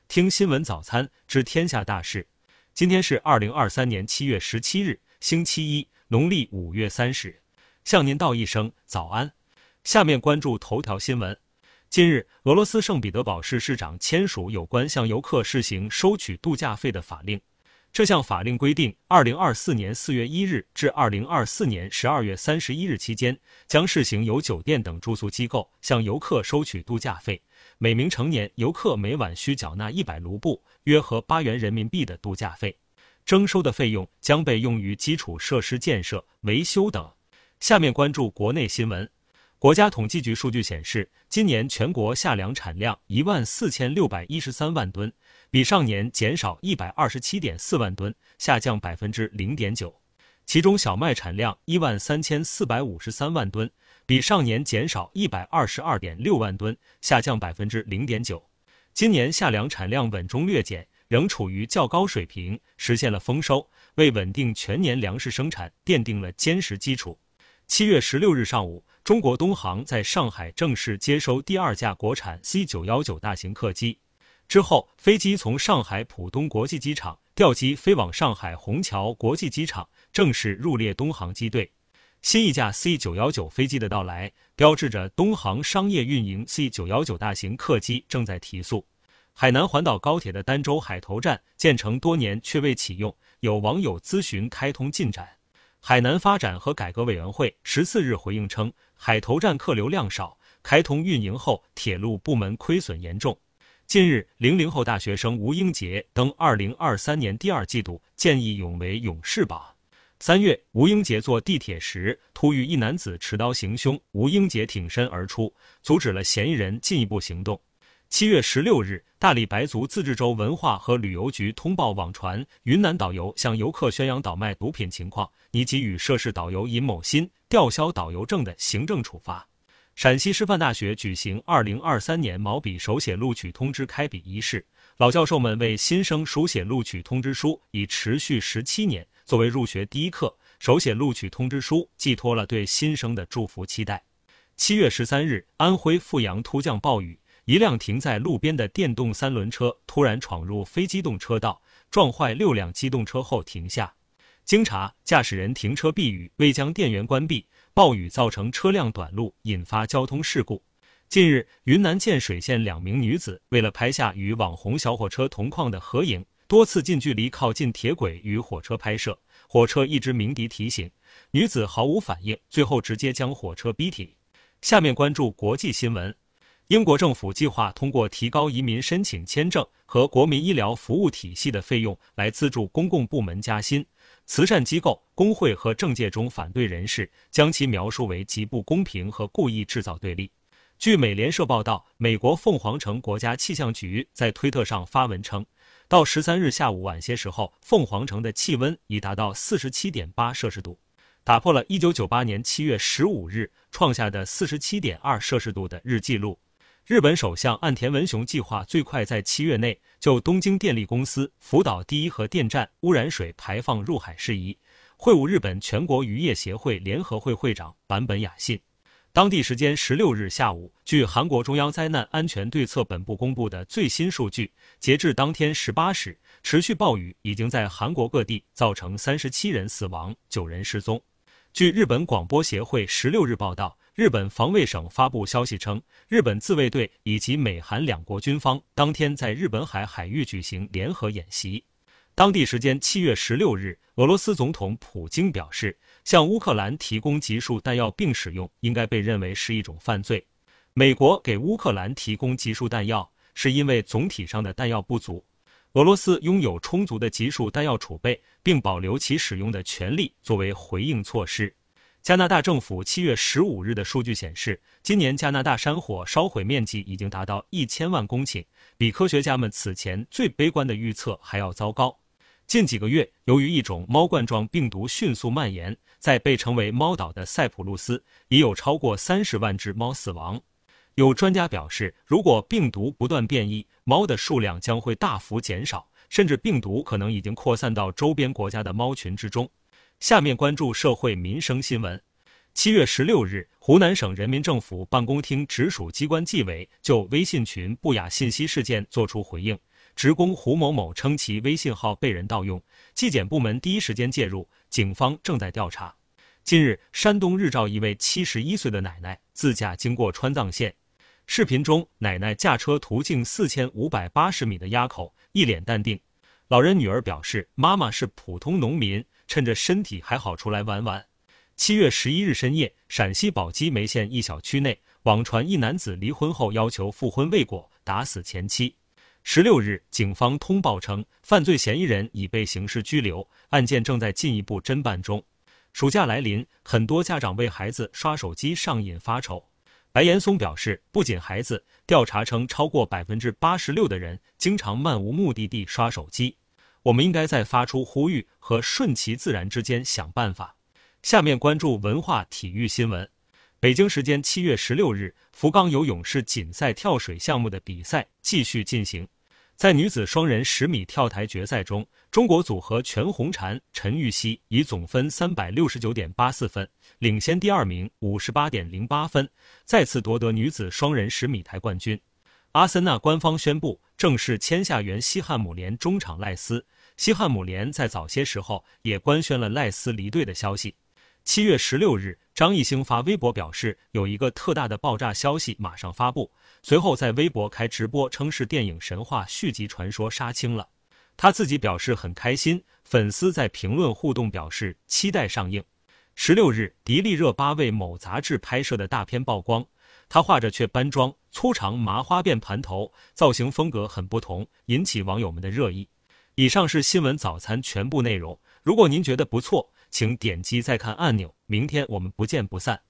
听新闻早餐知天下大事。今天是2023年7月17日，星期一，农历5月30。向您道一声早安。下面关注头条新闻。近日，俄罗斯圣彼得堡市市长签署有关向游客试行收取度假费的法令。这项法令规定，2024年4月1日至2024年12月31日期间，将试行由酒店等住宿机构向游客收取度假费。每名成年游客每晚需缴纳100卢布，约合8元人民币的度假费。征收的费用将被用于基础设施建设、维修等。下面关注国内新闻。国家统计局数据显示，今年全国夏粮产量14613万吨，比上年减少127.4万吨，下降0.9%。其中小麦产量13453万吨，比上年减少122.6万吨，下降0.9%。今年夏粮产量稳中略减，仍处于较高水平，实现了丰收，为稳定全年粮食生产奠定了坚实基础。7月16日上午，中国东航在上海正式接收第2架国产 C919 大型客机。之后，飞机从上海浦东国际机场调机飞往上海虹桥国际机场，正式入列东航机队。新一架 C919 飞机的到来，标志着东航商业运营 C919 大型客机正在提速。海南环岛高铁的儋州海头站建成多年却未启用，有网友咨询开通进展。海南发展和改革委员会14日回应称，海头站客流量少，开通运营后铁路部门亏损严重。近日，00后大学生吴英杰登2023年第2季度见义勇为勇士榜。3月，吴英杰坐地铁时突遇一男子持刀行凶，吴英杰挺身而出，阻止了嫌疑人进一步行动。7月16日，大理白族自治州文化和旅游局通报网传云南导游向游客宣扬倒卖毒品情况，拟给予涉事导游尹某新吊销导游证的行政处罚。陕西师范大学举行2023年毛笔手写录取通知开笔仪式，老教授们为新生书写录取通知书已持续17年，作为入学第一课，手写录取通知书寄托了对新生的祝福期待。7月13日，安徽阜阳突降暴雨，一辆停在路边的电动3轮车突然闯入非机动车道，撞坏6辆机动车后停下。经查，驾驶人停车避雨，未将电源关闭，暴雨造成车辆短路，引发交通事故。近日，云南建水县2名女子为了拍下与网红小火车同框的合影，多次近距离靠近铁轨与火车拍摄，火车一直鸣笛提醒，女子毫无反应，最后直接将火车逼停。下面关注国际新闻。英国政府计划通过提高移民申请签证和国民医疗服务体系的费用来资助公共部门加薪。慈善机构、工会和政界中反对人士将其描述为极不公平和故意制造对立。据美联社报道，美国凤凰城国家气象局在推特上发文称，到13日下午晚些时候，凤凰城的气温已达到 47.8 摄氏度，打破了1998年7月15日创下的 47.2 摄氏度的日记录。日本首相岸田文雄计划最快在7月内就东京电力公司福岛第一核电站污染水排放入海事宜会晤日本全国渔业协会联合会会长坂本雅信。当地时间16日下午，据韩国中央灾难安全对策本部公布的最新数据，截至当天18时，持续暴雨已经在韩国各地造成37人死亡，9人失踪。据日本广播协会16日报道，日本防卫省发布消息称，日本自卫队以及美韩2国军方当天在日本海域举行联合演习。当地时间7月16日，俄罗斯总统普京表示，向乌克兰提供集束弹药并使用，应该被认为是一种犯罪。美国给乌克兰提供集束弹药，是因为总体上的弹药不足。俄罗斯拥有充足的集束弹药储备，并保留其使用的权利作为回应措施。加拿大政府7月15日的数据显示，今年加拿大山火烧毁面积已经达到1000万公顷，比科学家们此前最悲观的预测还要糟糕。近几个月，由于一种猫冠状病毒迅速蔓延，在被称为猫岛的塞浦路斯，已有超过30万只猫死亡。有专家表示，如果病毒不断变异，猫的数量将会大幅减少，甚至病毒可能已经扩散到周边国家的猫群之中。下面关注社会民生新闻。7月16日，湖南省人民政府办公厅直属机关纪委就微信群不雅信息事件作出回应， 职工胡某某称其微信号被人盗用，纪检部门第一时间介入，警方正在调查。近日，山东日照一位71岁的奶奶自驾经过川藏线，视频中奶奶驾车途径4580米的垭口，一脸淡定。老人女儿表示，妈妈是普通农民，趁着身体还好出来玩玩。7月11日深夜，陕西宝鸡眉县一小区内网传一男子离婚后要求复婚未果，打死前妻。16日，警方通报称，犯罪嫌疑人已被刑事拘留，案件正在进一步侦办中。暑假来临，很多家长为孩子刷手机上瘾发愁。白岩松表示，不仅孩子，调查称超过86%的人经常漫无目的地刷手机。我们应该在发出呼吁和顺其自然之间想办法。下面关注文化体育新闻。北京时间7月16日，福冈游泳式锦赛跳水项目的比赛继续进行。在女子双人10米跳台决赛中，中国组合全红婵、陈芋汐以总分369.84分领先第二名58.08分，再次夺得女子双人10米台冠军。阿森纳官方宣布正式签下原西汉姆联中场赖斯，西汉姆联在早些时候也官宣了赖斯离队的消息。7月16日，张艺兴发微博表示有一个特大的爆炸消息马上发布，随后在微博开直播称是电影《神话》续集传说杀青了。他自己表示很开心，粉丝在评论互动表示期待上映。16日，迪丽热巴为某杂志拍摄的大片曝光，她化着雀斑妆，粗长麻花辫盘头，造型风格很不同，引起网友们的热议。以上是新闻早餐全部内容，如果您觉得不错，请点击再看按钮，明天我们不见不散。